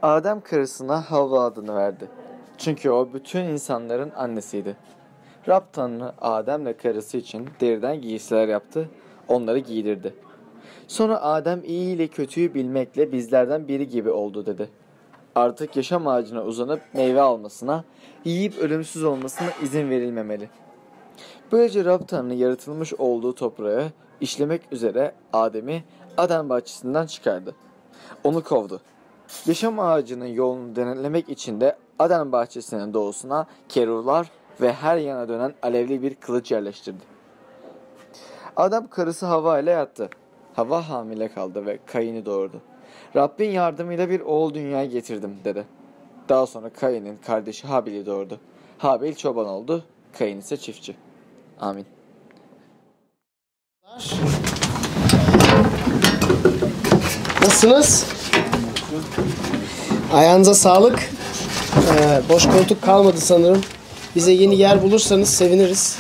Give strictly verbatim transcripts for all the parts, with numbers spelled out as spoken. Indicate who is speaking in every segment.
Speaker 1: Adem karısına Havva adını verdi. Çünkü o bütün insanların annesiydi. Rab Tanrı Adem'le karısı için deriden giysiler yaptı, onları giydirdi. Sonra Adem iyi ile kötüyü bilmekle bizlerden biri gibi oldu dedi. Artık yaşam ağacına uzanıp meyve almasına, yiyip ölümsüz olmasına izin verilmemeli. Böylece Rab Tanrı yaratılmış olduğu toprağı işlemek üzere Adem'i Eden bahçesinden çıkardı. Onu kovdu. Yaşam ağacının yolunu denetlemek için de Eden bahçesinin doğusuna keruvlar ve her yana dönen alevli bir kılıç yerleştirdi. Adem karısı Havva ile yattı. Havva hamile kaldı ve Kayin'i doğurdu. Rabbin yardımıyla bir oğul dünyaya getirdim dedi. Daha sonra Kayin'in kardeşi Habil'i doğurdu. Habil çoban oldu, Kayin ise çiftçi. Amin.
Speaker 2: Nasılsınız? Ayağınıza sağlık. Ee, boş koltuk kalmadı sanırım. Bize yeni yer bulursanız seviniriz.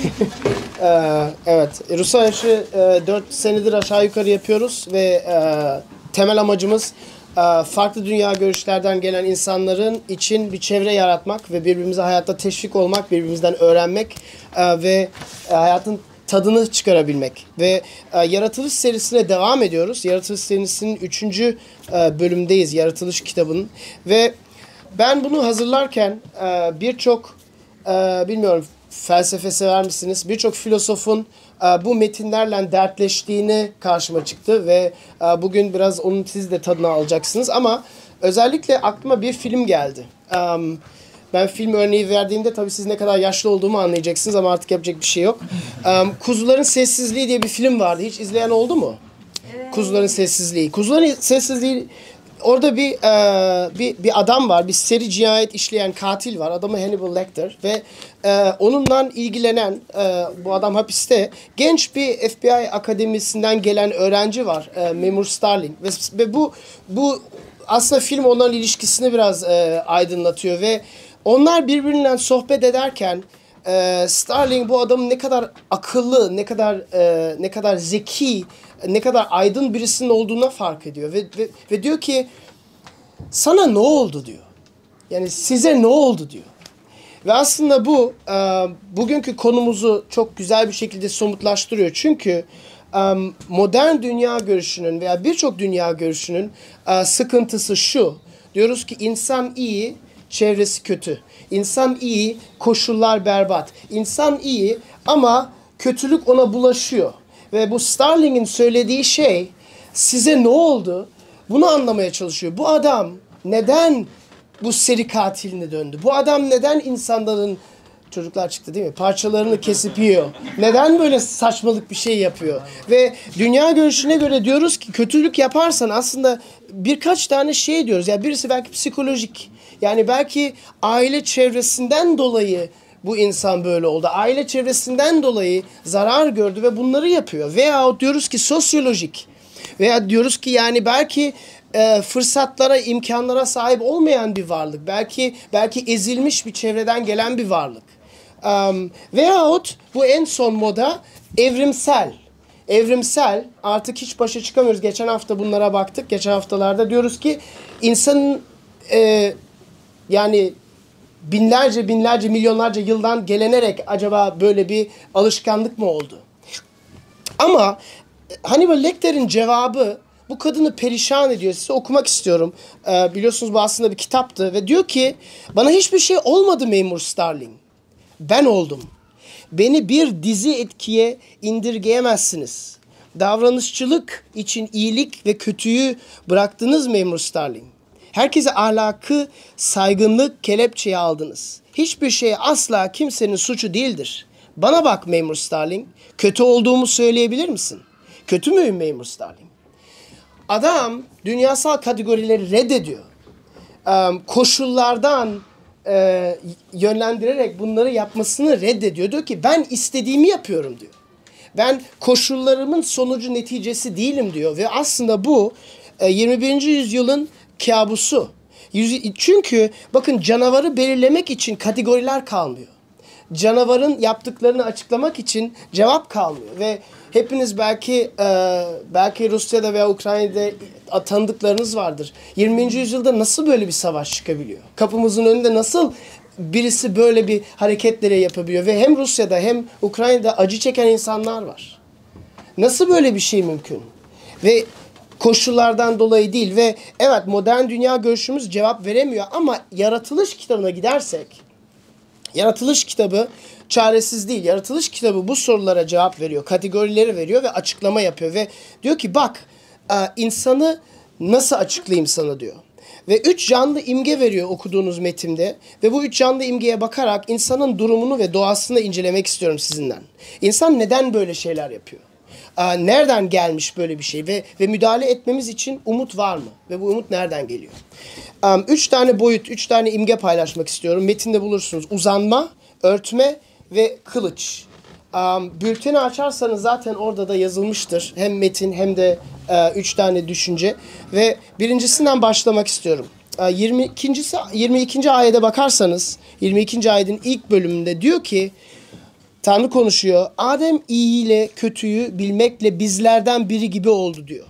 Speaker 2: ee, evet, Rusayaşı e, dört senedir aşağı yukarı yapıyoruz ve e, temel amacımız e, farklı dünya görüşlerden gelen insanların için bir çevre yaratmak ve birbirimize hayatta teşvik olmak, birbirimizden öğrenmek e, ve e, hayatın tadını çıkarabilmek. Ve e, Yaratılış serisine devam ediyoruz. Yaratılış serisinin üçüncü E, bölümdeyiz. Yaratılış kitabının. Ve ben bunu hazırlarken e, birçok e, bilmiyorum felsefe sever misiniz? Birçok filozofun e, bu metinlerle dertleştiğini karşıma çıktı ve e, bugün biraz onun siz de tadını alacaksınız. Ama özellikle aklıma bir film geldi. Um, Ben film örneği verdiğimde tabii siz ne kadar yaşlı olduğumu anlayacaksınız ama artık yapacak bir şey yok. Um, Kuzuların Sessizliği diye bir film vardı. Hiç izleyen oldu mu? Evet. Kuzuların Sessizliği. Kuzuların Sessizliği, orada bir e, bir bir adam var. Bir seri cinayet işleyen katil var. Adamı Hannibal Lecter ve e, onunla ilgilenen e, bu adam hapiste. Genç bir F B I akademisinden gelen öğrenci var. E, Memur Starling ve, ve bu bu aslında film onların ilişkisini biraz e, aydınlatıyor ve onlar birbirinden sohbet ederken e, Starling bu adamın ne kadar akıllı, ne kadar e, ne kadar zeki, ne kadar aydın birisinin olduğuna fark ediyor ve, ve ve diyor ki sana ne oldu diyor. Yani size ne oldu diyor. Ve aslında bu e, bugünkü konumuzu çok güzel bir şekilde somutlaştırıyor. Çünkü e, modern dünya görüşünün veya birçok dünya görüşünün e, sıkıntısı şu. Diyoruz ki insan iyi, çevresi kötü. İnsan iyi, koşullar berbat. İnsan iyi ama kötülük ona bulaşıyor. Ve bu Starling'in söylediği şey size ne oldu? Bunu anlamaya çalışıyor. Bu adam neden bu seri katiline döndü? Bu adam neden insanların, çocuklar çıktı değil mi, parçalarını kesip yiyor? Neden böyle saçmalık bir şey yapıyor? Ve dünya görüşüne göre diyoruz ki kötülük yaparsan aslında birkaç tane şey diyoruz. Yani birisi belki psikolojik. Yani belki aile çevresinden dolayı bu insan böyle oldu. Aile çevresinden dolayı zarar gördü ve bunları yapıyor. Veyahut diyoruz ki sosyolojik. Veya diyoruz ki yani belki e, fırsatlara, imkanlara sahip olmayan bir varlık. Belki belki ezilmiş bir çevreden gelen bir varlık. Um, veyahut bu en son moda evrimsel. Evrimsel, artık hiç başa çıkamıyoruz. Geçen hafta bunlara baktık. Geçen haftalarda diyoruz ki insanın e, yani binlerce binlerce milyonlarca yıldan gelenerek acaba böyle bir alışkanlık mı oldu? Ama Hannibal Lecter'in cevabı bu kadını perişan ediyor. Size okumak istiyorum. Ee, biliyorsunuz bu aslında bir kitaptı ve diyor ki bana hiçbir şey olmadı Memur Starling. Ben oldum. Beni bir dizi etkiye indirgeyemezsiniz. Davranışçılık için iyilik ve kötüyü bıraktınız Memur Starling. Herkese ahlakı, saygınlık kelepçeye aldınız. Hiçbir şey asla kimsenin suçu değildir. Bana bak Memur Starling, kötü olduğumu söyleyebilir misin? Kötü müyüm Memur Starling? Adam dünyasal kategorileri reddediyor. Ee, koşullardan e, yönlendirerek bunları yapmasını reddediyor. Diyor ki ben istediğimi yapıyorum diyor. Ben koşullarımın sonucu neticesi değilim diyor. Ve aslında bu e, yirmi birinci yüzyılın kabusu. Çünkü bakın canavarı belirlemek için kategoriler kalmıyor. canavarın yaptıklarını açıklamak için cevap kalmıyor. Ve hepiniz belki e, belki Rusya'da veya Ukrayna'da tanıdıklarınız vardır. yirminci yüzyılda nasıl böyle bir savaş çıkabiliyor? Kapımızın önünde nasıl birisi böyle bir hareketleri yapabiliyor? Ve hem Rusya'da hem Ukrayna'da acı çeken insanlar var. Nasıl böyle bir şey mümkün? Ve koşullardan dolayı değil ve evet modern dünya görüşümüz cevap veremiyor ama yaratılış kitabına gidersek, yaratılış kitabı çaresiz değil. Yaratılış kitabı bu sorulara cevap veriyor, kategorileri veriyor ve açıklama yapıyor ve diyor ki bak insanı nasıl açıklayayım sana diyor. Ve üç canlı imge veriyor okuduğunuz metinde ve bu üç canlı imgeye bakarak insanın durumunu ve doğasını incelemek istiyorum sizinden. İnsan neden böyle şeyler yapıyor? Nereden gelmiş böyle bir şey ve ve müdahale etmemiz için umut var mı? Ve bu umut nereden geliyor? Um, üç tane boyut, üç tane imge paylaşmak istiyorum. Metinde bulursunuz. Uzanma, örtme ve kılıç. Um, bülteni açarsanız zaten orada da yazılmıştır. Hem metin hem de uh, üç tane düşünce. Ve birincisinden başlamak istiyorum. Uh, yirmi ikincisi, yirmi ikinci ayete bakarsanız, yirmi ikinci ayetin ilk bölümünde diyor ki, Tanrı konuşuyor. Adem iyi ile kötüyü bilmekle bizlerden biri gibi oldu diyor.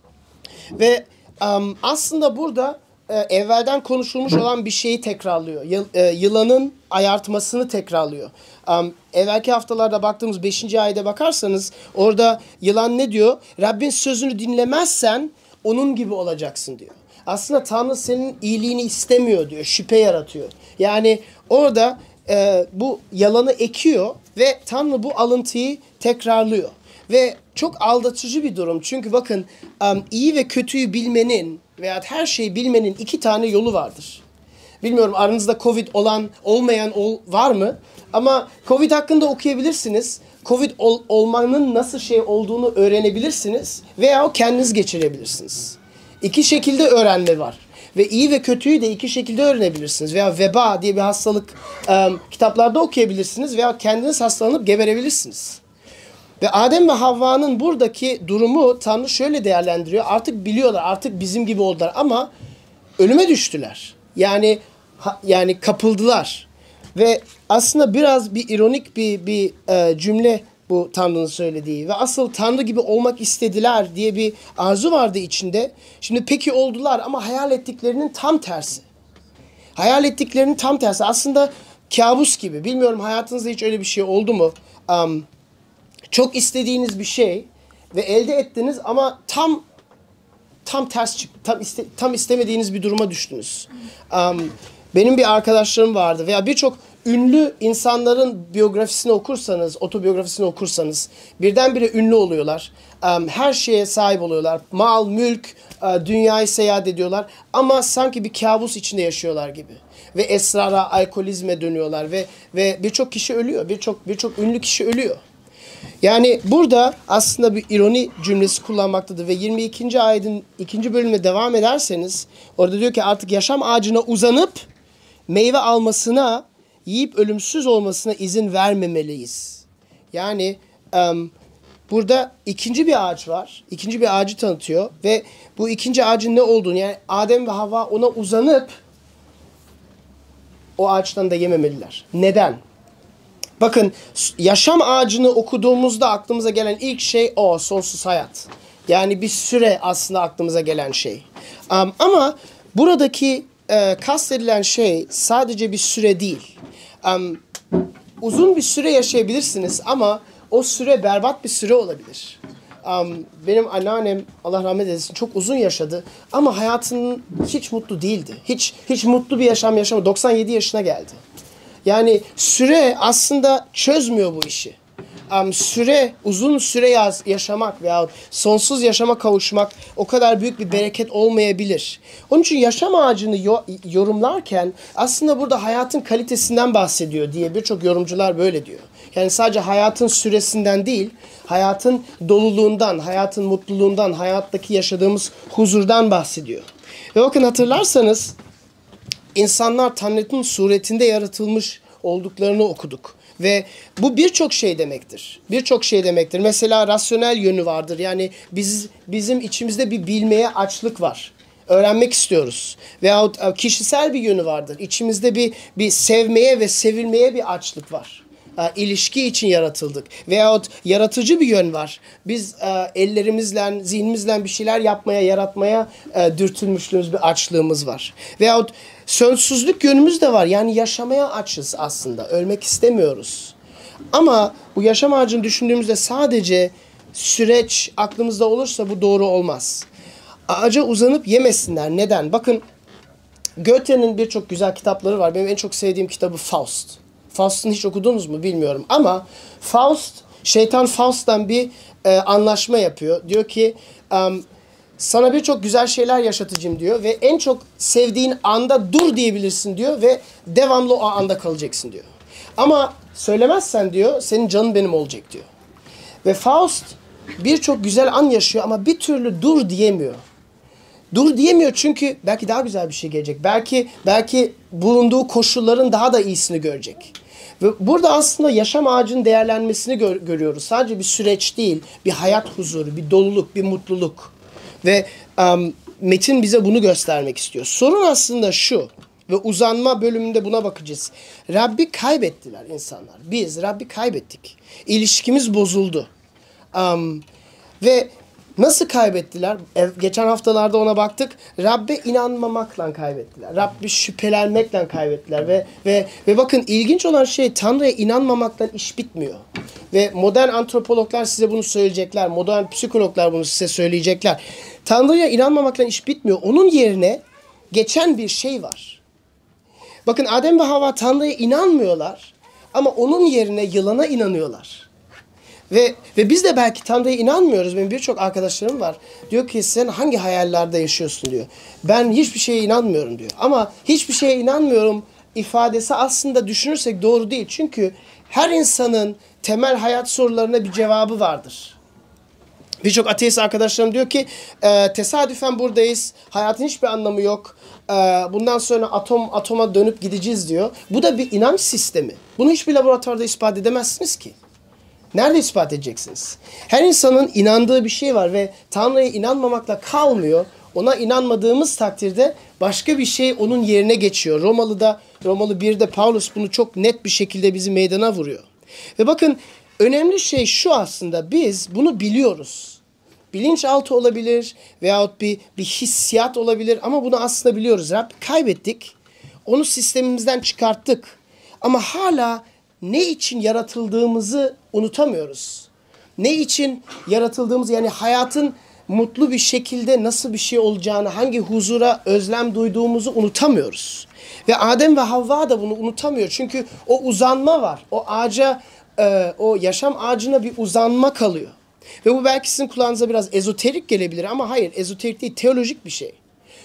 Speaker 2: Ve um, aslında burada e, evvelden konuşulmuş olan bir şeyi tekrarlıyor. Y- e, yılanın ayartmasını tekrarlıyor. Um, evvelki haftalarda baktığımız beşinci ayete bakarsanız orada yılan ne diyor? Rabbin sözünü dinlemezsen onun gibi olacaksın diyor. Aslında Tanrı senin iyiliğini istemiyor diyor. Şüphe yaratıyor. Yani orada e, bu yalanı ekiyor ve Tanrı bu alıntıyı tekrarlıyor. Ve çok aldatıcı bir durum. Çünkü bakın um, iyi ve kötüyü bilmenin veya her şeyi bilmenin iki tane yolu vardır. Bilmiyorum aranızda Covid olan olmayan ol, var mı? Ama Covid hakkında okuyabilirsiniz. Covid ol, olmanın nasıl şey olduğunu öğrenebilirsiniz. Veya o kendiniz geçirebilirsiniz. İki şekilde öğrenme var. Ve iyi ve kötüyü de iki şekilde öğrenebilirsiniz. Veya veba diye bir hastalık um, kitaplarda okuyabilirsiniz. Veya kendiniz hastalanıp geberebilirsiniz. Ve Adem ve Havva'nın buradaki durumu Tanrı şöyle değerlendiriyor. Artık biliyorlar, artık bizim gibi oldular ama ölüme düştüler. Yani ha, yani kapıldılar. Ve aslında biraz bir ironik bir bir e, cümle bu Tanrı'nın söylediği. Ve asıl Tanrı gibi olmak istediler diye bir arzu vardı içinde. Şimdi peki oldular ama hayal ettiklerinin tam tersi. Hayal ettiklerinin tam tersi. Aslında kabus gibi. Bilmiyorum hayatınızda hiç öyle bir şey oldu mu? Um, Çok istediğiniz bir şey ve elde ettiniz ama tam tam ters çıktı. Tam, iste, tam istemediğiniz bir duruma düştünüz. Um, benim bir arkadaşlarım vardı veya birçok ünlü insanların biyografisini okursanız, otobiyografisini okursanız birdenbire ünlü oluyorlar. Um, her şeye sahip oluyorlar. Mal, mülk, uh, dünyayı seyahat ediyorlar ama sanki bir kabus içinde yaşıyorlar gibi. Ve esrara, alkolizme dönüyorlar ve ve birçok kişi ölüyor. Birçok birçok ünlü kişi ölüyor. Yani burada aslında bir ironi cümlesi kullanmaktadır ve yirmi ikinci ayetin ikinci bölümüne devam ederseniz orada diyor ki artık yaşam ağacına uzanıp meyve almasına, yiyip ölümsüz olmasına izin vermemeliyiz. Yani um, burada ikinci bir ağaç var. İkinci bir ağacı tanıtıyor ve bu ikinci ağacın ne olduğunu yani Adem ve Havva ona uzanıp o ağaçtan da yememeliler. Neden? Bakın yaşam ağacını okuduğumuzda aklımıza gelen ilk şey o sonsuz hayat. Yani bir süre aslında aklımıza gelen şey. Um, ama buradaki e, kastedilen şey sadece bir süre değil. Um, uzun bir süre yaşayabilirsiniz ama o süre berbat bir süre olabilir. Um, benim anneannem Allah rahmet eylesin çok uzun yaşadı ama hayatının hiç mutlu değildi. Hiç hiç mutlu bir yaşam yaşamadı. doksan yedi yaşına geldi. Yani süre aslında çözmüyor bu işi. Um, süre, uzun süre yaz, yaşamak veya sonsuz yaşama kavuşmak o kadar büyük bir bereket olmayabilir. Onun için yaşam ağacını yo- yorumlarken aslında burada hayatın kalitesinden bahsediyor diye birçok yorumcular böyle diyor. Yani sadece hayatın süresinden değil, hayatın doluluğundan, hayatın mutluluğundan, hayattaki yaşadığımız huzurdan bahsediyor. Ve bakın hatırlarsanız İnsanlar Tanrı'nın suretinde yaratılmış olduklarını okuduk. Ve bu birçok şey demektir. Birçok şey demektir. Mesela rasyonel yönü vardır. Yani biz bizim içimizde bir bilmeye açlık var. öğrenmek istiyoruz. Veyahut kişisel bir yönü vardır. İçimizde bir bir sevmeye ve sevilmeye bir açlık var. İlişki için yaratıldık. Veyahut yaratıcı bir yön var. Biz ellerimizle, zihnimizle bir şeyler yapmaya, yaratmaya dürtülmüşlüğümüz bir açlığımız var. Veyahut sonsuzluk yönümüz de var. Yani yaşamaya açız aslında. Ölmek istemiyoruz. Ama bu yaşam ağacını düşündüğümüzde sadece süreç aklımızda olursa bu doğru olmaz. Ağaca uzanıp yemesinler. Neden? Bakın Goethe'nin birçok güzel kitapları var. Benim en çok sevdiğim kitabı Faust. Faust'un hiç okudunuz mu bilmiyorum ama Faust, şeytan Faust'tan bir e, anlaşma yapıyor. Diyor ki um, sana birçok güzel şeyler yaşatacağım diyor ve en çok sevdiğin anda dur diyebilirsin diyor ve devamlı o anda kalacaksın diyor. Ama söylemezsen diyor senin canın benim olacak diyor. Ve Faust birçok güzel an yaşıyor ama bir türlü dur diyemiyor. Dur diyemiyor çünkü belki daha güzel bir şey gelecek. Belki belki bulunduğu koşulların daha da iyisini görecek. Ve burada aslında yaşam ağacının değerlenmesini gör, görüyoruz. Sadece bir süreç değil, bir hayat huzuru, bir doluluk, bir mutluluk. Ve um, metin bize bunu göstermek istiyor. Sorun aslında şu ve uzanma bölümünde buna bakacağız. Rabbi kaybettiler insanlar. Biz Rabbi kaybettik. İlişkimiz bozuldu. Um, ve nasıl kaybettiler? Geçen haftalarda ona baktık. Rabbe inanmamakla kaybettiler. Rabbi şüphelenmekle kaybettiler. Ve ve ve bakın ilginç olan şey Tanrı'ya inanmamakla iş bitmiyor. Ve modern antropologlar size bunu söyleyecekler. Modern psikologlar bunu size söyleyecekler. Tanrı'ya inanmamakla iş bitmiyor. Onun yerine geçen bir şey var. Bakın Adem ve Havva Tanrı'ya inanmıyorlar. Ama onun yerine yılana inanıyorlar. Ve ve biz de belki Tanrı'ya inanmıyoruz. Benim birçok arkadaşlarım var. Diyor ki sen hangi hayallerde yaşıyorsun diyor. Ben hiçbir şeye inanmıyorum diyor. Ama hiçbir şeye inanmıyorum ifadesi aslında düşünürsek doğru değil. Çünkü her insanın temel hayat sorularına bir cevabı vardır. Birçok ateist arkadaşlarım diyor ki e, tesadüfen buradayız. Hayatın hiçbir anlamı yok. E, bundan sonra atom atoma dönüp gideceğiz diyor. Bu da bir inanç sistemi. Bunu hiçbir laboratuvarda ispat edemezsiniz ki. Nerede ispat edeceksiniz? Her insanın inandığı bir şey var ve Tanrı'ya inanmamakla kalmıyor. Ona inanmadığımız takdirde başka bir şey onun yerine geçiyor. Romalı'da, Romalı birde Paulus bunu çok net bir şekilde bizi meydana vuruyor. Ve bakın önemli şey şu aslında biz bunu biliyoruz. Bilinçaltı olabilir veyahut bir, bir hissiyat olabilir ama bunu aslında biliyoruz. Rabbi kaybettik. Onu sistemimizden çıkarttık. Ama hala ne için yaratıldığımızı unutamıyoruz. Ne için yaratıldığımızı yani hayatın mutlu bir şekilde nasıl bir şey olacağını, hangi huzura özlem duyduğumuzu unutamıyoruz. Ve Adem ve Havva da bunu unutamıyor. Çünkü o uzanma var. O ağaca, e, o yaşam ağacına bir uzanma kalıyor. Ve bu belki sizin kulağınıza biraz ezoterik gelebilir ama hayır, ezoterik değil, teolojik bir şey.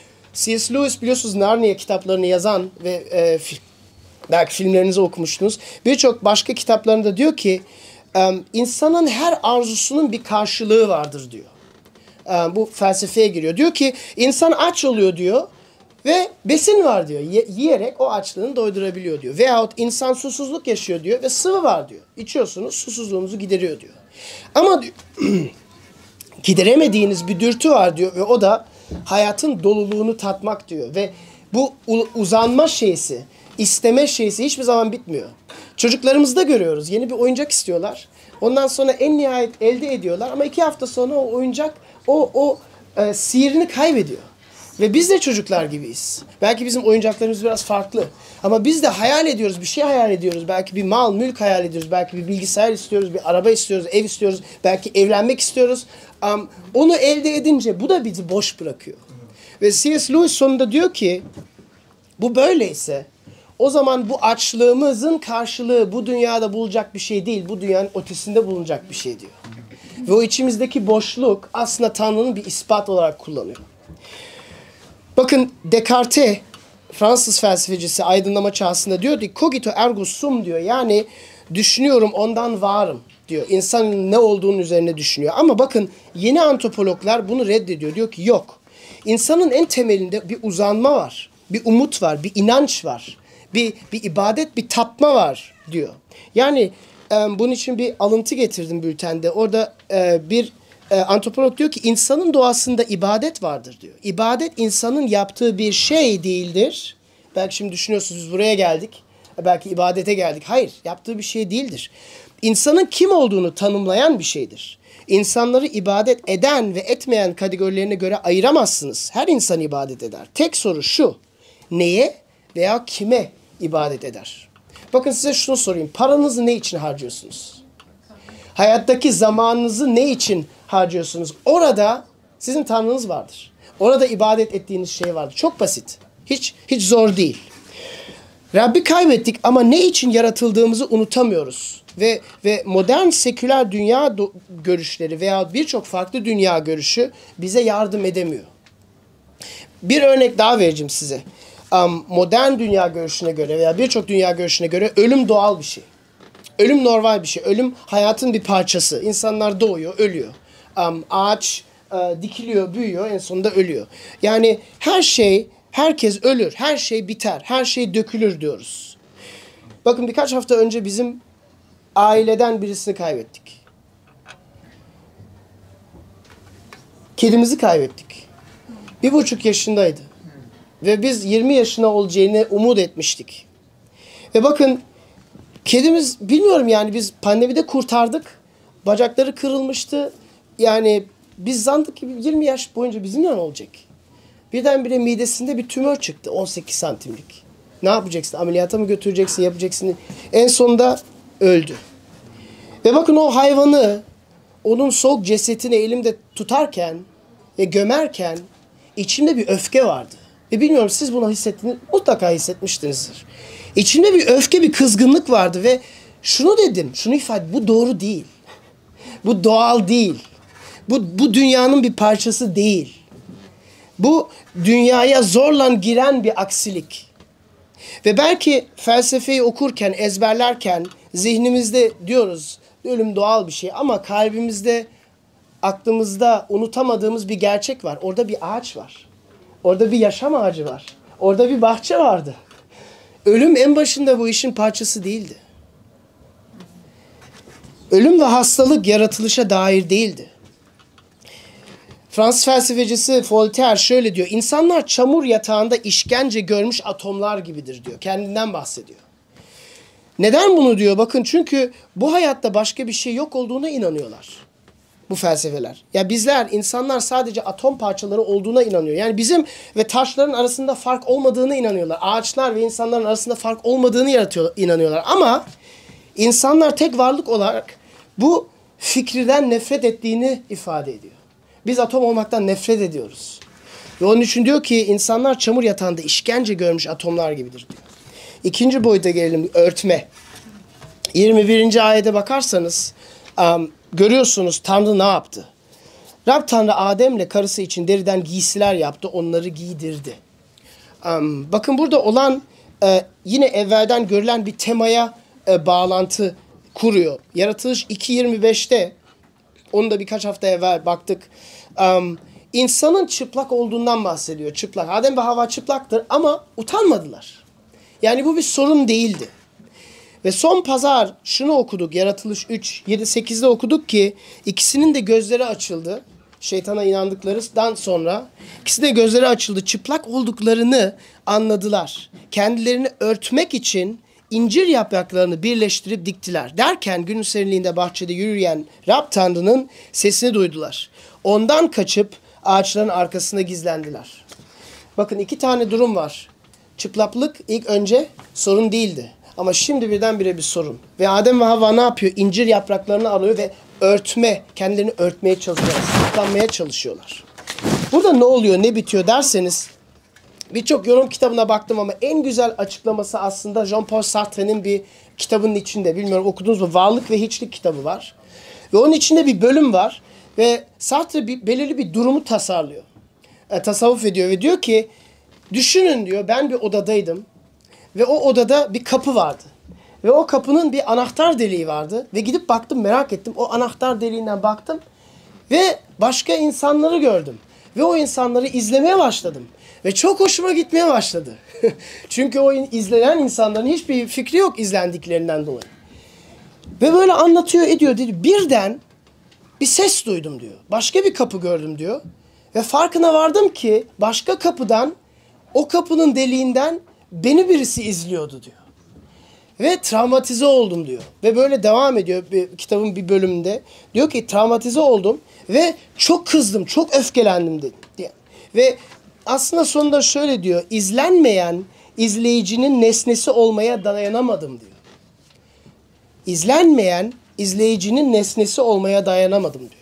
Speaker 2: C S Lewis biliyorsunuz Narnia kitaplarını yazan ve e, belki filmlerinizi okumuştunuz. Birçok başka kitaplarında diyor ki insanın her arzusunun bir karşılığı vardır diyor. Bu felsefeye giriyor. Diyor ki insan aç oluyor diyor ve besin var diyor. Yiyerek o açlığını doydurabiliyor diyor. Veyahut insan susuzluk yaşıyor diyor ve sıvı var diyor. İçiyorsunuz susuzluğunuzu gideriyor diyor. Ama diyor, gideremediğiniz bir dürtü var diyor ve o da hayatın doluluğunu tatmak diyor. Ve bu uzanma şeysi, isteme şeysi hiçbir zaman bitmiyor. Çocuklarımızda görüyoruz. Yeni bir oyuncak istiyorlar. Ondan sonra en nihayet elde ediyorlar. Ama iki hafta sonra o oyuncak o, o e, sihirini kaybediyor. Ve biz de çocuklar gibiyiz. Belki bizim oyuncaklarımız biraz farklı. Ama biz de hayal ediyoruz. Bir şey hayal ediyoruz. Belki bir mal, mülk hayal ediyoruz. Belki bir bilgisayar istiyoruz. Bir araba istiyoruz. Ev istiyoruz. Belki evlenmek istiyoruz. Um, onu elde edince bu da bizi boş bırakıyor. Ve C S Lewis sonunda diyor ki bu böyleyse o zaman bu açlığımızın karşılığı bu dünyada bulacak bir şey değil. Bu dünyanın ötesinde bulunacak bir şey diyor. Ve o içimizdeki boşluk aslında Tanrı'nın bir ispat olarak kullanıyor. Bakın Descartes, Fransız felsefecisi aydınlama çağısında diyor ki cogito ergo sum diyor. Yani düşünüyorum ondan varım diyor. İnsanın ne olduğunun üzerine düşünüyor. Ama bakın yeni antropologlar bunu reddediyor. Diyor ki yok. İnsanın en temelinde bir uzanma var. Bir umut var. Bir inanç var. Bir, bir ibadet, bir tapma var diyor. Yani e, bunun için bir alıntı getirdim bültende. Orada e, bir e, antropolog diyor ki insanın doğasında ibadet vardır diyor. İbadet insanın yaptığı bir şey değildir. Belki şimdi düşünüyorsunuz biz buraya geldik. Belki ibadete geldik. Hayır, yaptığı bir şey değildir. İnsanın kim olduğunu tanımlayan bir şeydir. İnsanları ibadet eden ve etmeyen kategorilerine göre ayıramazsınız. Her insan ibadet eder. Tek soru şu: neye veya kime ibadet eder? Bakın size şunu sorayım. Paranızı ne için harcıyorsunuz? Hayattaki zamanınızı ne için harcıyorsunuz? Orada sizin tanrınız vardır. Orada ibadet ettiğiniz şey vardır. Çok basit. Hiç hiç zor değil. Rabbi kaybettik ama ne için yaratıldığımızı unutamıyoruz. Ve ve modern seküler dünya görüşleri veya birçok farklı dünya görüşü bize yardım edemiyor. Bir örnek daha vereceğim size. Um, modern dünya görüşüne göre veya birçok dünya görüşüne göre ölüm doğal bir şey. Ölüm normal bir şey. Ölüm hayatın bir parçası. İnsanlar doğuyor, ölüyor. Um, ağaç uh, dikiliyor, büyüyor, en sonunda ölüyor. Yani her şey, herkes ölür, her şey biter, her şey dökülür diyoruz. Bakın birkaç hafta önce bizim aileden birisini kaybettik. Kedimizi kaybettik. Bir buçuk yaşındaydı. Ve biz yirmi yaşına olacağını umut etmiştik. Ve bakın kedimiz, bilmiyorum yani, biz pandemide kurtardık. Bacakları kırılmıştı. Yani biz zandık ki yirmi yaş boyunca bizimle ne olacak? Birdenbire midesinde bir tümör çıktı. on sekiz santimlik. Ne yapacaksın? Ameliyata mı götüreceksin? Yapacaksın? En sonunda öldü. Ve bakın o hayvanı, onun soğuk cesetini elimde tutarken ve gömerken içimde bir öfke vardı. Ve bilmiyorum siz bunu hissettiniz, mutlaka hissetmişsinizdir. İçimde bir öfke, bir kızgınlık vardı ve şunu dedim, şunu ifade, bu doğru değil. Bu doğal değil. Bu, bu dünyanın bir parçası değil. Bu dünyaya zorla giren bir aksilik. Ve belki felsefeyi okurken, ezberlerken zihnimizde diyoruz ölüm doğal bir şey ama kalbimizde, aklımızda unutamadığımız bir gerçek var. Orada bir ağaç var. Orada bir yaşam ağacı var. Orada bir bahçe vardı. Ölüm en başında bu işin parçası değildi. Ölüm ve hastalık yaratılışa dair değildi. Fransız felsefecisi Voltaire şöyle diyor: İnsanlar çamur yatağında işkence görmüş atomlar gibidir diyor. Kendinden bahsediyor. Neden bunu diyor? Bakın, çünkü bu hayatta başka bir şey yok olduğuna inanıyorlar. Bu felsefeler. Ya bizler, insanlar sadece atom parçaları olduğuna inanıyor. Yani bizim ve taşların arasında fark olmadığını inanıyorlar. Ağaçlar ve insanların arasında fark olmadığını yaratıyor, inanıyorlar. Ama insanlar tek varlık olarak bu fikriden nefret ettiğini ifade ediyor. Biz atom olmaktan nefret ediyoruz. Ve onun için diyor ki insanlar çamur yatağında işkence görmüş atomlar gibidir diyor. İkinci boyuta gelelim, örtme. yirmi birinci ayete bakarsanız um, görüyorsunuz Tanrı ne yaptı? Rab Tanrı Adem'le karısı için deriden giysiler yaptı, onları giydirdi. Um, bakın burada olan e, yine evvelden görülen bir temaya e, bağlantı kuruyor. Yaratılış iki yirmi beşte, onu da birkaç hafta evvel baktık. Um, insanın çıplak olduğundan bahsediyor. Çıplak. Adem ve Havva çıplaktır ama utanmadılar. Yani bu bir sorun değildi. Ve son pazar şunu okuduk. Yaratılış üç yedi sekizde okuduk ki ikisinin de gözleri açıldı. Şeytana inandıklarından sonra ikisi de gözleri açıldı. Çıplak olduklarını anladılar. Kendilerini örtmek için incir yapraklarını birleştirip diktiler. Derken günün serinliğinde bahçede yürüyen Rab Tanrı'nın sesini duydular. Ondan kaçıp ağaçların arkasına gizlendiler. Bakın, iki tane durum var. Çıplaklık ilk önce sorun değildi. Ama şimdi birdenbire bir sorun. Ve Adem ve Havva ne yapıyor? İncir yapraklarını alıyor ve örtme, kendilerini örtmeye çalışıyorlar. Saklanmaya çalışıyorlar. Burada ne oluyor, ne bitiyor derseniz, birçok yorum kitabına baktım ama en güzel açıklaması aslında Jean-Paul Sartre'nin bir kitabının içinde. Bilmiyorum okudunuz mu? Varlık ve Hiçlik kitabı var. Ve onun içinde bir bölüm var. Ve Sartre bir, belirli bir durumu tasarlıyor. E, tasavvuf ediyor ve diyor ki, düşünün diyor, ben bir odadaydım. Ve o odada bir kapı vardı. Ve o kapının bir anahtar deliği vardı. Ve gidip baktım, merak ettim. O anahtar deliğinden baktım. Ve başka insanları gördüm. Ve o insanları izlemeye başladım. Ve çok hoşuma gitmeye başladı. Çünkü o izlenen insanların hiçbir fikri yok izlendiklerinden dolayı. Ve böyle anlatıyor, ediyor. Dedi. Birden bir ses duydum diyor. Başka bir kapı gördüm diyor. Ve farkına vardım ki başka kapıdan, o kapının deliğinden beni birisi izliyordu diyor. Ve travmatize oldum diyor. Ve böyle devam ediyor bir, kitabın bir bölümünde. Diyor ki travmatize oldum ve çok kızdım, çok öfkelendim diye. Ve aslında sonunda şöyle diyor. İzlenmeyen izleyicinin nesnesi olmaya dayanamadım diyor. İzlenmeyen izleyicinin nesnesi olmaya dayanamadım diyor.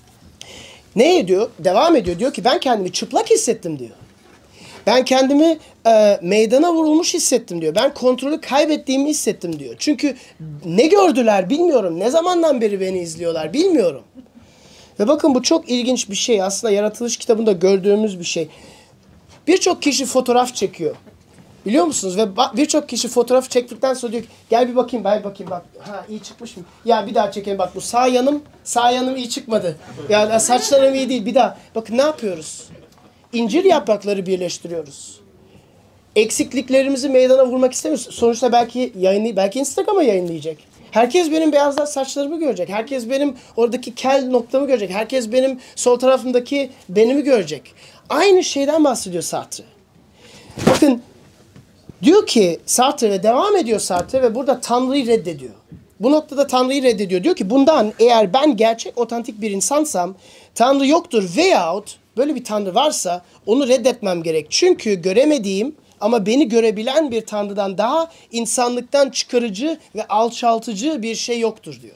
Speaker 2: Ne diyor? Devam ediyor. Diyor ki ben kendimi çıplak hissettim diyor. Ben kendimi e, meydana vurulmuş hissettim diyor. Ben kontrolü kaybettiğimi hissettim diyor. Çünkü ne gördüler bilmiyorum. Ne zamandan beri beni izliyorlar bilmiyorum. Ve bakın bu çok ilginç bir şey. Aslında Yaratılış kitabında gördüğümüz bir şey. Birçok kişi fotoğraf çekiyor. Biliyor musunuz? Ve birçok kişi fotoğrafı çektikten sonra diyor ki gel bir bakayım, ben bakayım bak. Ha iyi çıkmış mı? Ya bir daha çekelim bak bu sağ yanım, sağ yanım iyi çıkmadı. Ya saçlarım iyi değil bir daha. Bakın ne yapıyoruz? İncir yaprakları birleştiriyoruz. Eksikliklerimizi meydana vurmak istemiyoruz. Sonuçta belki yayınlay belki Instagram'a yayınlayacak. Herkes benim beyazlar saçlarımı görecek. Herkes benim oradaki kel noktamı görecek. Herkes benim sol tarafımdaki benimi görecek. Aynı şeyden bahsediyor Sartre. Bakın diyor ki Sartre ve devam ediyor Sartre ve burada Tanrı'yı reddediyor. Bu noktada Tanrı'yı reddediyor. Diyor ki bundan eğer ben gerçek otantik bir insansam Tanrı yoktur veyahut böyle bir Tanrı varsa onu reddetmem gerek. Çünkü göremediğim ama beni görebilen bir Tanrı'dan daha insanlıktan çıkarıcı ve alçaltıcı bir şey yoktur diyor.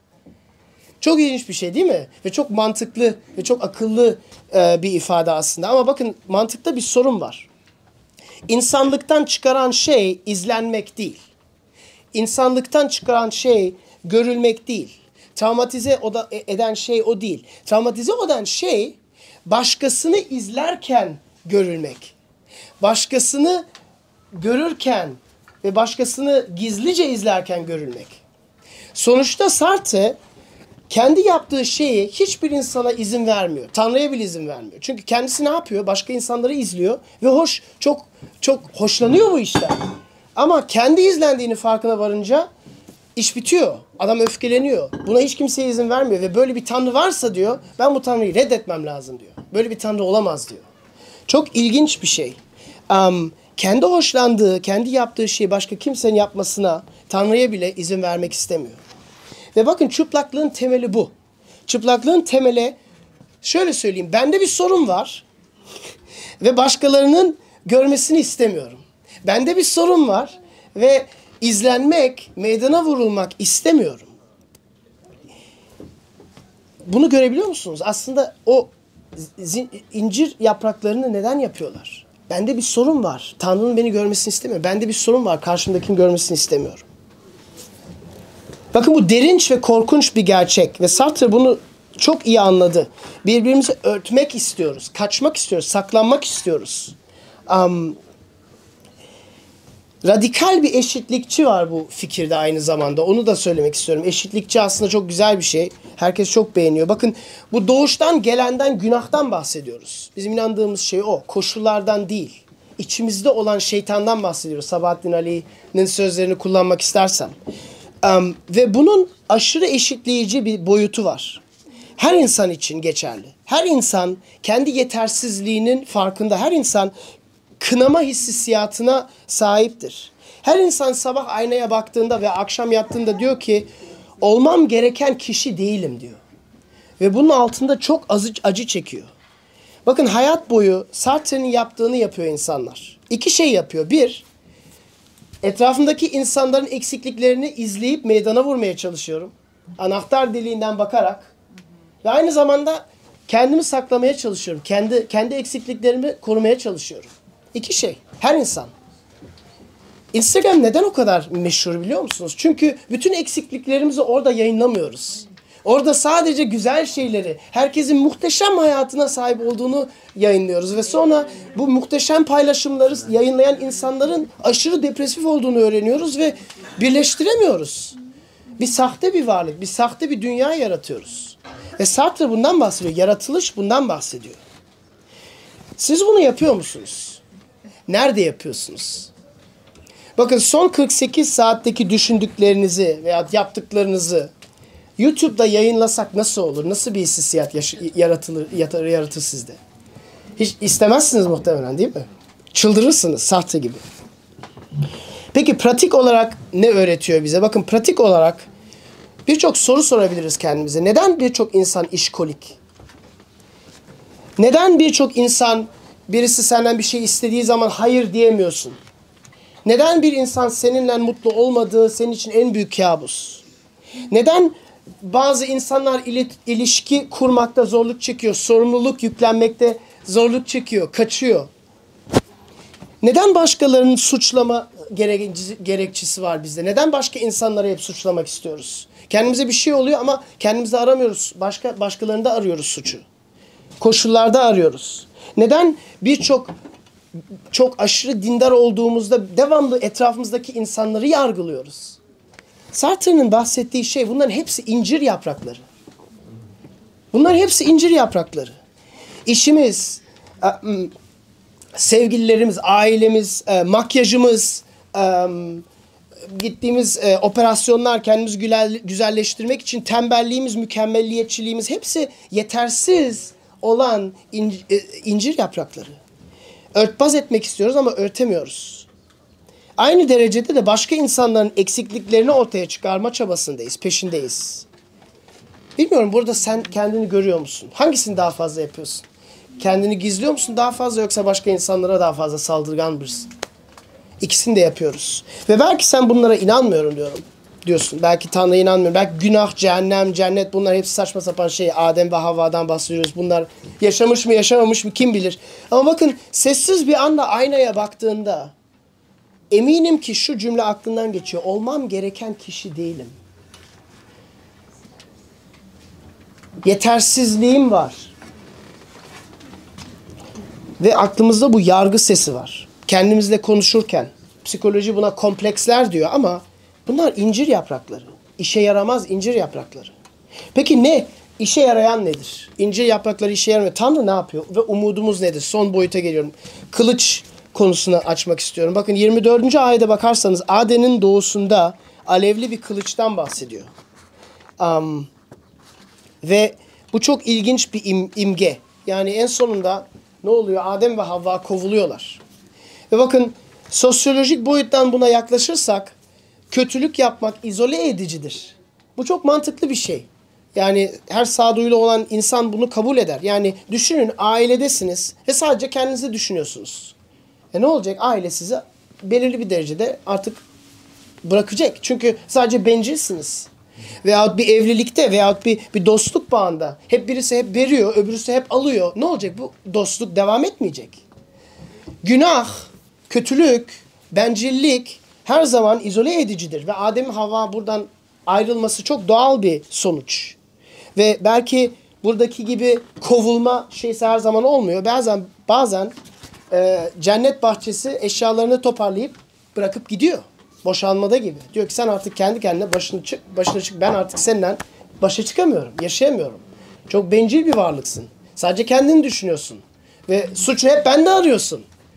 Speaker 2: Çok ilginç bir şey değil mi? Ve çok mantıklı ve çok akıllı e, bir ifade aslında. Ama bakın mantıkta bir sorun var. İnsanlıktan çıkaran şey izlenmek değil. İnsanlıktan çıkaran şey görülmek değil. Travmatize eden şey o değil. Travmatize eden şey başkasını izlerken görülmek. Başkasını görürken ve başkasını gizlice izlerken görülmek. Sonuçta Sartre kendi yaptığı şeyi hiçbir insana izin vermiyor. Tanrı'ya bile izin vermiyor. Çünkü kendisi ne yapıyor? Başka insanları izliyor ve hoş, çok çok hoşlanıyor bu işten. Ama kendi izlendiğini farkına varınca iş bitiyor. Adam öfkeleniyor. Buna hiç kimseye izin vermiyor ve böyle bir Tanrı varsa diyor, ben bu Tanrı'yı reddetmem lazım diyor. Böyle bir Tanrı olamaz diyor. Çok ilginç bir şey. Um, kendi hoşlandığı, kendi yaptığı şeyi başka kimsenin yapmasına Tanrı'ya bile izin vermek istemiyor. Ve bakın çıplaklığın temeli bu. Çıplaklığın temeli şöyle söyleyeyim. Bende bir sorun var ve başkalarının görmesini istemiyorum. Bende bir sorun var ve izlenmek, meydana vurulmak istemiyorum. Bunu görebiliyor musunuz? Aslında o incir yapraklarını neden yapıyorlar? Bende bir sorun var. Tanrı'nın beni görmesini istemiyorum. Bende bir sorun var. Karşımdakinin görmesini istemiyorum. Bakın bu derinç ve korkunç bir gerçek. Ve Sartre bunu çok iyi anladı. Birbirimizi örtmek istiyoruz. Kaçmak istiyoruz. Saklanmak istiyoruz. Um, radikal bir eşitlikçi var bu fikirde aynı zamanda. Onu da söylemek istiyorum. Eşitlikçi aslında çok güzel bir şey. Herkes çok beğeniyor. Bakın bu doğuştan gelenden günahtan bahsediyoruz. Bizim inandığımız şey o. Koşullardan değil. İçimizde olan şeytandan bahsediyoruz. Sabahattin Ali'nin sözlerini kullanmak istersem. Um, ve bunun aşırı eşitleyici bir boyutu var. Her insan için geçerli. Her insan kendi yetersizliğinin farkında. Her insan kınama hissiyatına sahiptir. Her insan sabah aynaya baktığında ve akşam yattığında diyor ki olmam gereken kişi değilim diyor. Ve bunun altında çok acı, acı çekiyor. Bakın hayat boyu Sartre'nin yaptığını yapıyor insanlar. İki şey yapıyor. Bir, etrafındaki insanların eksikliklerini izleyip meydana vurmaya çalışıyorum. Anahtar deliğinden bakarak. Ve aynı zamanda kendimi saklamaya çalışıyorum. Kendi kendi eksikliklerimi korumaya çalışıyorum. İki şey. Her insan. Instagram neden o kadar meşhur biliyor musunuz? Çünkü bütün eksikliklerimizi orada yayınlamıyoruz. Orada sadece güzel şeyleri, herkesin muhteşem hayatına sahip olduğunu yayınlıyoruz. Ve sonra bu muhteşem paylaşımları yayınlayan insanların aşırı depresif olduğunu öğreniyoruz ve birleştiremiyoruz. Bir sahte bir varlık, bir sahte bir dünya yaratıyoruz. Ve Sartre bundan bahsediyor. Yaratılış bundan bahsediyor. Siz bunu yapıyor musunuz? Nerede yapıyorsunuz? Bakın son kırk sekiz saatteki düşündüklerinizi veya yaptıklarınızı YouTube'da yayınlasak nasıl olur? Nasıl bir hissiyat yaş- yaratılır, yaratır, yaratır sizde? Hiç istemezsiniz muhtemelen değil mi? Çıldırırsınız sahte gibi. Peki pratik olarak ne öğretiyor bize? Bakın pratik olarak birçok soru sorabiliriz kendimize. Neden birçok insan işkolik? Neden birçok insan birisi senden bir şey istediği zaman hayır diyemiyorsun? Neden bir insan seninle mutlu olmadığı senin için en büyük kabus? Neden bazı insanlar il- ilişki kurmakta zorluk çekiyor, sorumluluk yüklenmekte zorluk çekiyor, kaçıyor? Neden başkalarının suçlama gerekçesi, gerekçesi var bizde? Neden başka insanları hep suçlamak istiyoruz? Kendimize bir şey oluyor ama kendimizde aramıyoruz. Başka başkalarında arıyoruz suçu. Koşullarda arıyoruz. Neden birçok çok aşırı dindar olduğumuzda devamlı etrafımızdaki insanları yargılıyoruz? Sartre'nin bahsettiği şey bunların hepsi incir yaprakları. Bunların hepsi incir yaprakları. İşimiz, sevgililerimiz, ailemiz, makyajımız, gittiğimiz operasyonlar, kendimizi güzelleştirmek için tembelliğimiz, mükemmelliyetçiliğimiz hepsi yetersiz olan incir yaprakları. Örtbas etmek istiyoruz ama örtemiyoruz. Aynı derecede de başka insanların eksikliklerini ortaya çıkarma çabasındayız, peşindeyiz. Bilmiyorum burada sen kendini görüyor musun? Hangisini daha fazla yapıyorsun? Kendini gizliyor musun daha fazla yoksa başka insanlara daha fazla saldırgan mısın? İkisini de yapıyoruz. Ve belki sen bunlara inanmıyorum diyorum. Diyorsun. Belki Tanrı'ya inanmıyorum. Belki günah, cehennem, cennet bunlar hepsi saçma sapan şey. Adem ve Havva'dan bahsediyoruz. Bunlar yaşamış mı yaşamamış mı kim bilir. Ama bakın sessiz bir anda aynaya baktığında eminim ki şu cümle aklından geçiyor. Olmam gereken kişi değilim. Yetersizliğim var. Ve aklımızda bu yargı sesi var. Kendimizle konuşurken. Psikoloji buna kompleksler diyor ama bunlar incir yaprakları. İşe yaramaz incir yaprakları. Peki ne? İşe yarayan nedir? İncir yaprakları işe yaramıyor. Tanrı ne yapıyor? Ve umudumuz nedir? Son boyuta geliyorum. Kılıç konusunu açmak istiyorum. Bakın yirmi dördüncü ayete bakarsanız Aden'in doğusunda alevli bir kılıçtan bahsediyor. Um, ve bu çok ilginç bir im, imge. Yani en sonunda ne oluyor? Adem ve Havva kovuluyorlar. Ve bakın sosyolojik boyuttan buna yaklaşırsak kötülük yapmak izole edicidir. Bu çok mantıklı bir şey. Yani her sağduyulu olan insan bunu kabul eder. Yani düşünün ailedesiniz ve sadece kendinizi düşünüyorsunuz. E ne olacak? Aile sizi belirli bir derecede artık bırakacak. Çünkü sadece bencilsiniz. Veyahut bir evlilikte veyahut bir, bir dostluk bağında hep birisi hep veriyor, öbürüsü hep alıyor. Ne olacak? Bu dostluk devam etmeyecek. Günah, kötülük, bencillik her zaman izole edicidir. Ve Adem Havva buradan ayrılması çok doğal bir sonuç. Ve belki buradaki gibi kovulma şeysi her zaman olmuyor. Bazen bazen e, cennet bahçesi eşyalarını toparlayıp bırakıp gidiyor. Boşanmada gibi. Diyor ki sen artık kendi kendine başını çık, başına çık. Ben artık seninle başa çıkamıyorum, yaşayamıyorum. Çok bencil bir varlıksın. Sadece kendini düşünüyorsun. Ve suçu hep bende arıyorsun.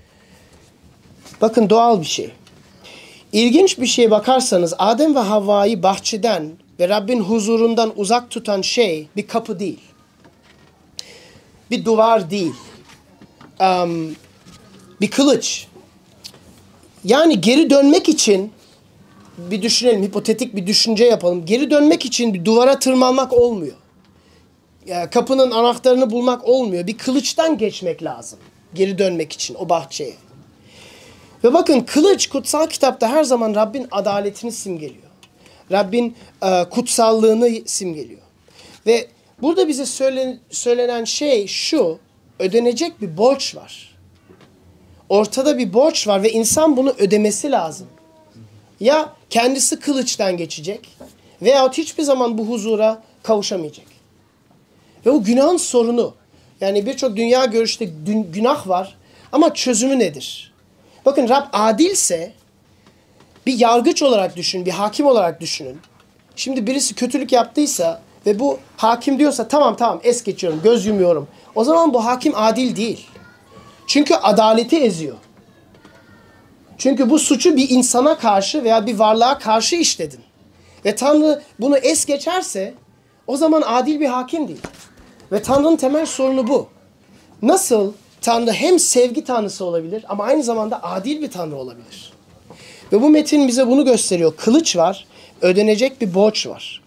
Speaker 2: Bakın doğal bir şey. İlginç bir şeye bakarsanız Adem ve Havva'yı bahçeden ve Rabbin huzurundan uzak tutan şey bir kapı değil. Bir duvar değil. Um, bir kılıç. Yani geri dönmek için bir düşünelim, hipotetik bir düşünce yapalım. Geri dönmek için bir duvara tırmanmak olmuyor. Yani kapının anahtarını bulmak olmuyor. Bir kılıçtan geçmek lazım. Geri dönmek için o bahçeye. Ve bakın kılıç kutsal kitapta her zaman Rabbin adaletini simgeliyor. Rabbin e, kutsallığını simgeliyor. Ve burada bize söylen, söylenen şey şu, ödenecek bir borç var. Ortada bir borç var ve insan bunu ödemesi lazım. Ya kendisi kılıçtan geçecek veyahut hiçbir zaman bu huzura kavuşamayacak. Ve o günahın sorunu. Yani birçok dünya görüşte günah var ama çözümü nedir? Bakın Rab adilse bir yargıç olarak düşünün, bir hakim olarak düşünün. Şimdi birisi kötülük yaptıysa ve bu hakim diyorsa tamam tamam es geçiyorum, göz yumuyorum. O zaman bu hakim adil değil. Çünkü adaleti eziyor. Çünkü bu suçu bir insana karşı veya bir varlığa karşı işledin. Ve Tanrı bunu es geçerse o zaman adil bir hakim değil. Ve Tanrı'nın temel sorunu bu. Nasıl Tanrı hem sevgi Tanrısı olabilir ama aynı zamanda adil bir Tanrı olabilir? Ve bu metin bize bunu gösteriyor. Kılıç var, ödenecek bir borç var.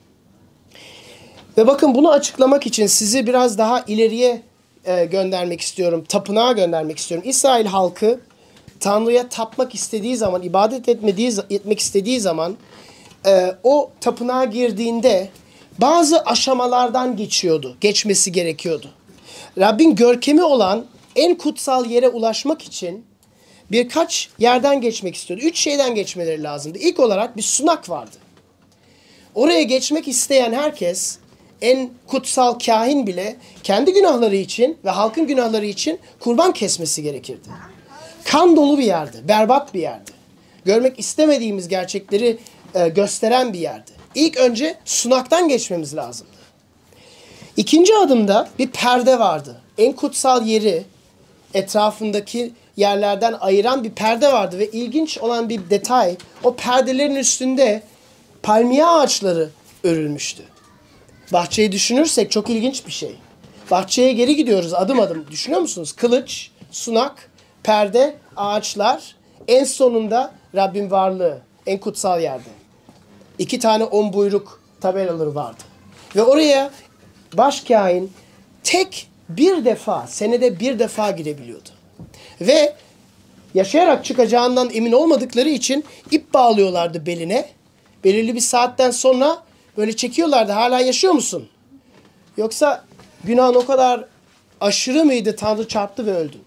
Speaker 2: Ve bakın bunu açıklamak için sizi biraz daha ileriye e, göndermek istiyorum. Tapınağa göndermek istiyorum. İsrail halkı Tanrı'ya tapmak istediği zaman, ibadet etmediği, etmek istediği zaman e, o tapınağa girdiğinde bazı aşamalardan geçiyordu. Geçmesi gerekiyordu. Rabbin görkemi olan en kutsal yere ulaşmak için birkaç yerden geçmek istiyordu. Üç şeyden geçmeleri lazımdı. İlk olarak bir sunak vardı. Oraya geçmek isteyen herkes, en kutsal kahin bile kendi günahları için ve halkın günahları için kurban kesmesi gerekirdi. Kan dolu bir yerdi, berbat bir yerdi. Görmek istemediğimiz gerçekleri e, gösteren bir yerdi. İlk önce sunaktan geçmemiz lazımdı. İkinci adımda bir perde vardı. En kutsal yeri etrafındaki yerlerden ayıran bir perde vardı ve ilginç olan bir detay, o perdelerin üstünde palmiye ağaçları örülmüştü. Bahçeyi düşünürsek çok ilginç bir şey. Bahçeye geri gidiyoruz adım adım. Düşünüyor musunuz? Kılıç, sunak, perde, ağaçlar. En sonunda Rabbin varlığı. En kutsal yerde. İki tane on buyruk tabelaları vardı. Ve oraya başkâhin tek bir defa, senede bir defa girebiliyordu. Ve yaşayarak çıkacağından emin olmadıkları için ip bağlıyorlardı beline. Belirli bir saatten sonra böyle çekiyorlardı. Hala yaşıyor musun? Yoksa günahın o kadar aşırı mıydı? Tanrı çarptı ve öldün.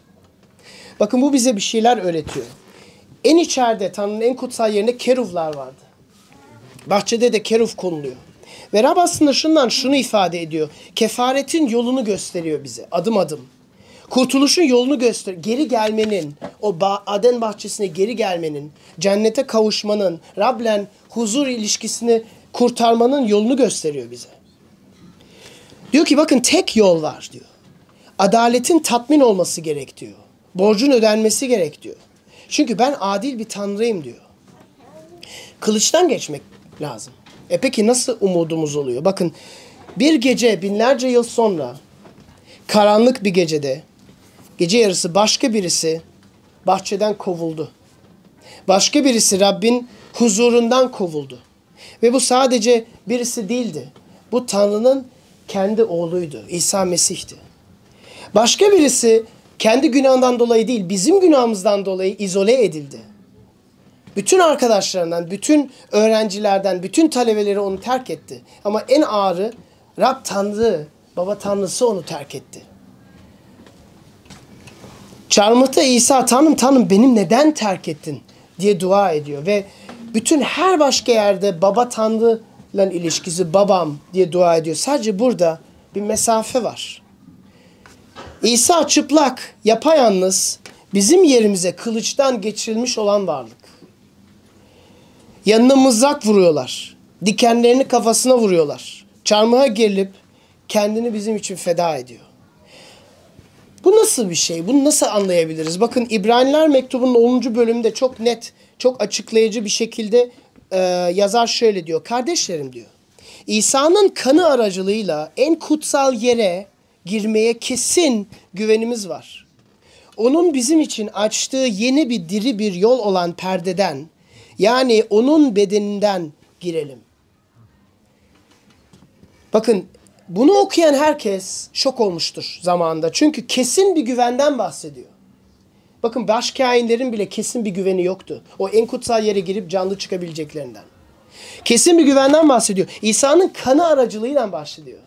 Speaker 2: Bakın bu bize bir şeyler öğretiyor. En içeride Tanrı'nın en kutsal yerinde keruvlar vardı. Bahçede de keruv konuluyor. Ve Rab aslında şundan şunu ifade ediyor. Kefaretin yolunu gösteriyor bize adım adım. Kurtuluşun yolunu gösteriyor. Geri gelmenin, o Aden bahçesine geri gelmenin, cennete kavuşmanın, Rab'le huzur ilişkisini kurtarmanın yolunu gösteriyor bize. Diyor ki bakın tek yol var diyor. Adaletin tatmin olması gerek diyor. Borcun ödenmesi gerek diyor. Çünkü ben adil bir tanrıyım diyor. Kılıçtan geçmek lazım. E peki nasıl umudumuz oluyor? Bakın bir gece binlerce yıl sonra karanlık bir gecede gece yarısı başka birisi bahçeden kovuldu. Başka birisi Rabbin huzurundan kovuldu. Ve bu sadece birisi değildi. Bu Tanrı'nın kendi oğluydu. İsa Mesih'ti. Başka birisi kendi günahından dolayı değil, bizim günahımızdan dolayı izole edildi. Bütün arkadaşlarından, bütün öğrencilerden, bütün talebeleri onu terk etti. Ama en ağırı Rab Tanrı, Baba Tanrısı onu terk etti. Çarmıhta İsa, Tanrım Tanrım benim neden terk ettin diye dua ediyor. Ve bütün her başka yerde Baba Tanrı'la ilişkisi babam diye dua ediyor. Sadece burada bir mesafe var. İsa çıplak, yapayalnız, bizim yerimize kılıçtan geçirilmiş olan varlık. Yanına mızrak vuruyorlar. Dikenlerini kafasına vuruyorlar. Çarmıha gerilip kendini bizim için feda ediyor. Bu nasıl bir şey? Bunu nasıl anlayabiliriz? Bakın İbraniler mektubunun onuncu bölümünde çok net, çok açıklayıcı bir şekilde e, yazar şöyle diyor. Kardeşlerim diyor. İsa'nın kanı aracılığıyla en kutsal yere girmeye kesin güvenimiz var. Onun bizim için açtığı yeni bir diri bir yol olan perdeden, yani onun bedeninden girelim. Bakın bunu okuyan herkes şok olmuştur zamanında. Çünkü kesin bir güvenden bahsediyor. Bakın başkâhinlerin bile kesin bir güveni yoktu. O en kutsal yere girip canlı çıkabileceklerinden. Kesin bir güvenden bahsediyor. İsa'nın kanı aracılığıyla bahsediyor.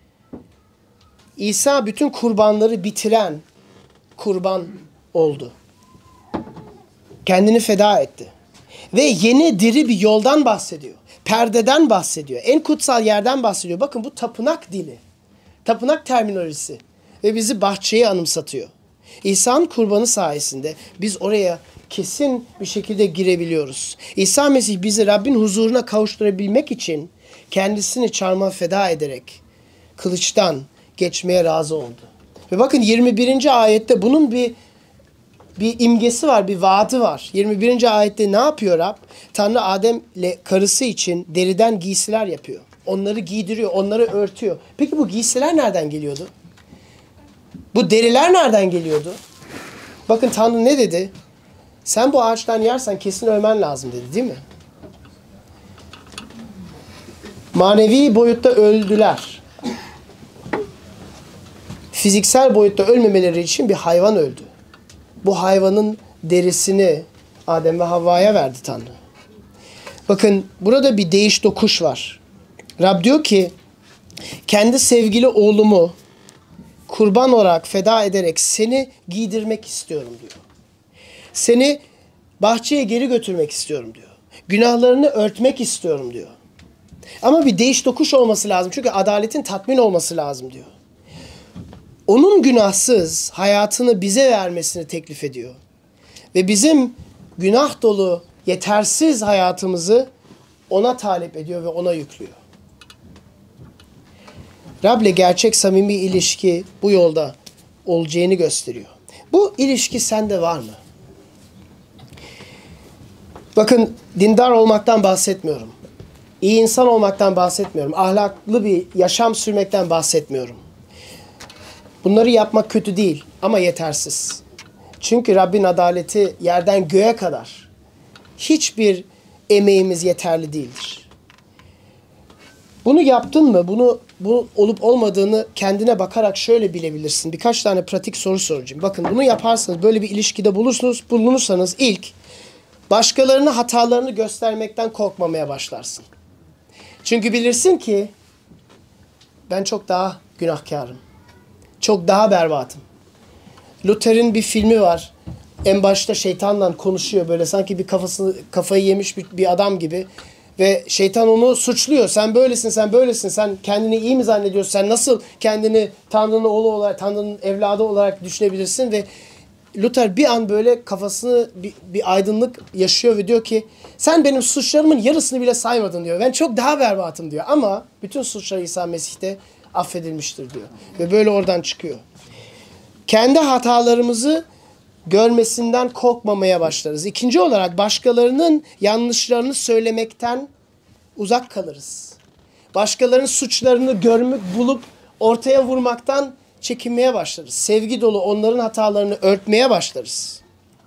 Speaker 2: İsa bütün kurbanları bitiren kurban oldu. Kendini feda etti. Ve yeni diri bir yoldan bahsediyor. Perdeden bahsediyor. En kutsal yerden bahsediyor. Bakın bu tapınak dili. Tapınak terminolojisi. Ve bizi bahçeye anımsatıyor. İsa'nın kurbanı sayesinde biz oraya kesin bir şekilde girebiliyoruz. İsa Mesih bizi Rabbin huzuruna kavuşturabilmek için kendisini çarmıha feda ederek kılıçtan geçmeye razı oldu. Ve bakın yirmi birinci ayette bunun bir bir imgesi var, bir vaadi var. yirmi birinci ayette ne yapıyor Rab? Tanrı Adem'le karısı için deriden giysiler yapıyor. onları giydiriyor, onları örtüyor. Peki bu giysiler nereden geliyordu? Bu deriler nereden geliyordu? Bakın Tanrı ne dedi? Sen bu ağaçtan yersen kesin ölmen lazım dedi, değil mi? Manevi boyutta öldüler. Fiziksel boyutta ölmemeleri için bir hayvan öldü. Bu hayvanın derisini Adem ve Havva'ya verdi Tanrı. Bakın burada bir değiş tokuş var. Rab diyor ki kendi sevgili oğlumu kurban olarak feda ederek seni giydirmek istiyorum diyor. Seni bahçeye geri götürmek istiyorum diyor. Günahlarını örtmek istiyorum diyor. Ama bir değiş tokuş olması lazım. Çünkü adaletin tatmin olması lazım diyor. Onun günahsız hayatını bize vermesini teklif ediyor. Ve bizim günah dolu, yetersiz hayatımızı ona talep ediyor ve ona yüklüyor. Rab'le gerçek samimi ilişki bu yolda olacağını gösteriyor. Bu ilişki sende var mı? Bakın dindar olmaktan bahsetmiyorum. İyi insan olmaktan bahsetmiyorum. Ahlaklı bir yaşam sürmekten bahsetmiyorum. Bunları yapmak kötü değil ama yetersiz. Çünkü Rabbin adaleti yerden göğe kadar. Hiçbir emeğimiz yeterli değildir. Bunu yaptın mı? Bunu bu olup olmadığını kendine bakarak şöyle bilebilirsin. Birkaç tane pratik soru soracağım. Bakın bunu yaparsanız, böyle bir ilişkide bulursunuz, bulunursanız ilk başkalarına hatalarını göstermekten korkmamaya başlarsın. Çünkü bilirsin ki ben çok daha günahkarım. Çok daha berbatım. Luther'in bir filmi var. En başta şeytanla konuşuyor böyle sanki bir kafası kafayı yemiş bir, bir adam gibi. Ve şeytan onu suçluyor. Sen böylesin, sen böylesin. Sen kendini iyi mi zannediyorsun? Sen nasıl kendini Tanrı'nın oğlu olarak, Tanrı'nın evladı olarak düşünebilirsin? Ve Luther bir an böyle kafasını bir, bir aydınlık yaşıyor ve diyor ki sen benim suçlarımın yarısını bile saymadın diyor. Ben çok daha berbatım diyor. Ama bütün suçlar İsa Mesih'te affedilmiştir diyor. Ve böyle oradan çıkıyor. Kendi hatalarımızı görmesinden korkmamaya başlarız. İkinci olarak başkalarının yanlışlarını söylemekten uzak kalırız. Başkalarının suçlarını görmek, bulup ortaya vurmaktan çekinmeye başlarız. Sevgi dolu onların hatalarını örtmeye başlarız.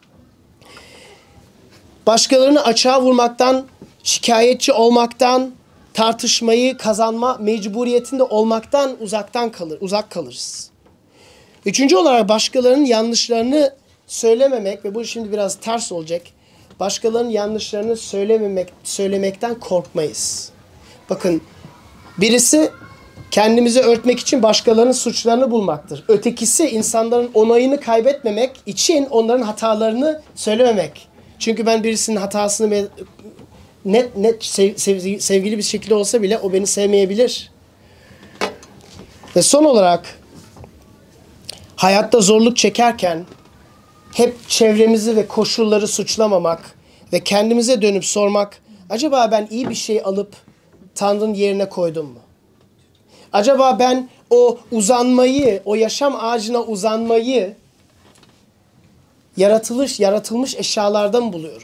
Speaker 2: Başkalarını açığa vurmaktan, şikayetçi olmaktan, tartışmayı kazanma mecburiyetinde olmaktan uzaktan kalır, uzak kalırız. Üçüncü olarak başkalarının yanlışlarını söylememek ve bu şimdi biraz ters olacak. Başkalarının yanlışlarını söylememek, söylemekten korkmayız. Bakın birisi kendimizi örtmek için başkalarının suçlarını bulmaktır. Ötekisi insanların onayını kaybetmemek için onların hatalarını söylememek. Çünkü ben birisinin hatasını net net sev, sev, sevgili bir şekilde olsa bile o beni sevmeyebilir. Ve son olarak hayatta zorluk çekerken hep çevremizi ve koşulları suçlamamak ve kendimize dönüp sormak, acaba ben iyi bir şey alıp Tanrı'nın yerine koydum mu? Acaba ben o uzanmayı, o yaşam ağacına uzanmayı yaratılış, yaratılmış eşyalardan mı buluyorum?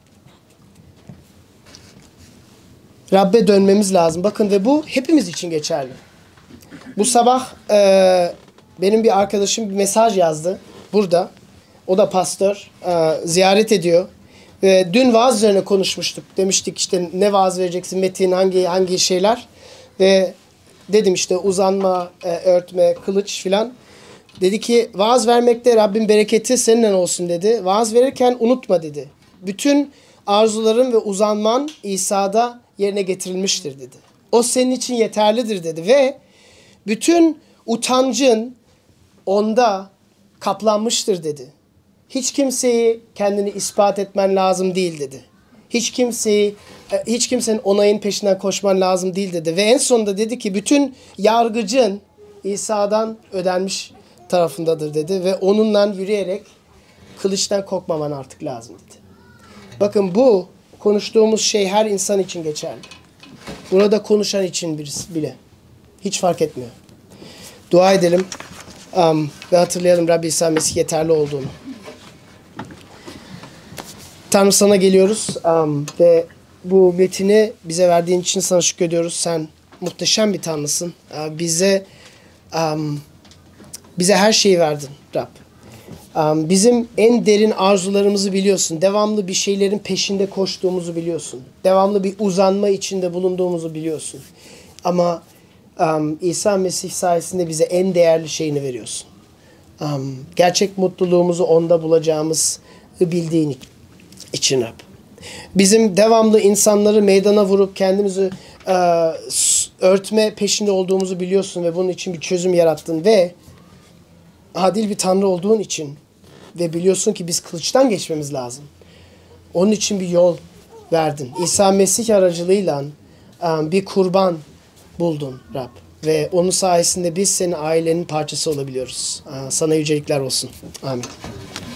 Speaker 2: Rabbe dönmemiz lazım. Bakın ve bu hepimiz için geçerli. Bu sabah e, benim bir arkadaşım bir mesaj yazdı burada. O da pastör. E, ziyaret ediyor. Ve dün vaaz üzerine konuşmuştuk. Demiştik işte ne vaaz vereceksin Metin, hangi hangi şeyler. Ve dedim işte uzanma, e, örtme, kılıç filan. Dedi ki vaaz vermekte Rabbin bereketi seninle olsun dedi. Vaaz verirken unutma dedi. Bütün arzuların ve uzanman İsa'da yerine getirilmiştir dedi. O senin için yeterlidir dedi. Ve bütün utancın onda kaplanmıştır dedi. Hiç kimseyi kendini ispat etmen lazım değil dedi. Hiç kimseyi, hiç kimsenin onayın peşinden koşman lazım değil dedi. Ve en sonunda dedi ki bütün yargıcın İsa'dan ödenmiş tarafındadır dedi. Ve onunla yürüyerek kılıçtan korkmaman artık lazım dedi. Bakın bu konuştuğumuz şey her insan için geçerli. Burada konuşan için birisi bile. Hiç fark etmiyor. Dua edelim um, ve hatırlayalım Rabbi İsa Mesih yeterli olduğunu. Tanrı sana geliyoruz um, ve bu metini bize verdiğin için sana şükür ediyoruz. Sen muhteşem bir Tanrısın. Ee, bize um, bize her şeyi verdin Rab. Um, bizim en derin arzularımızı biliyorsun. Devamlı bir şeylerin peşinde koştuğumuzu biliyorsun. Devamlı bir uzanma içinde bulunduğumuzu biliyorsun. Ama um, İsa Mesih sayesinde bize en değerli şeyini veriyorsun. Um, gerçek mutluluğumuzu onda bulacağımızı bildiğin için Rab. Bizim devamlı insanları meydana vurup kendimizi e, örtme peşinde olduğumuzu biliyorsun ve bunun için bir çözüm yarattın ve adil bir Tanrı olduğun için ve biliyorsun ki biz kılıçtan geçmemiz lazım. Onun için bir yol verdin. İsa Mesih aracılığıyla um, bir kurban buldun Rab. Ve onun sayesinde biz senin ailenin parçası olabiliyoruz. Uh, sana yücelikler olsun. Amin.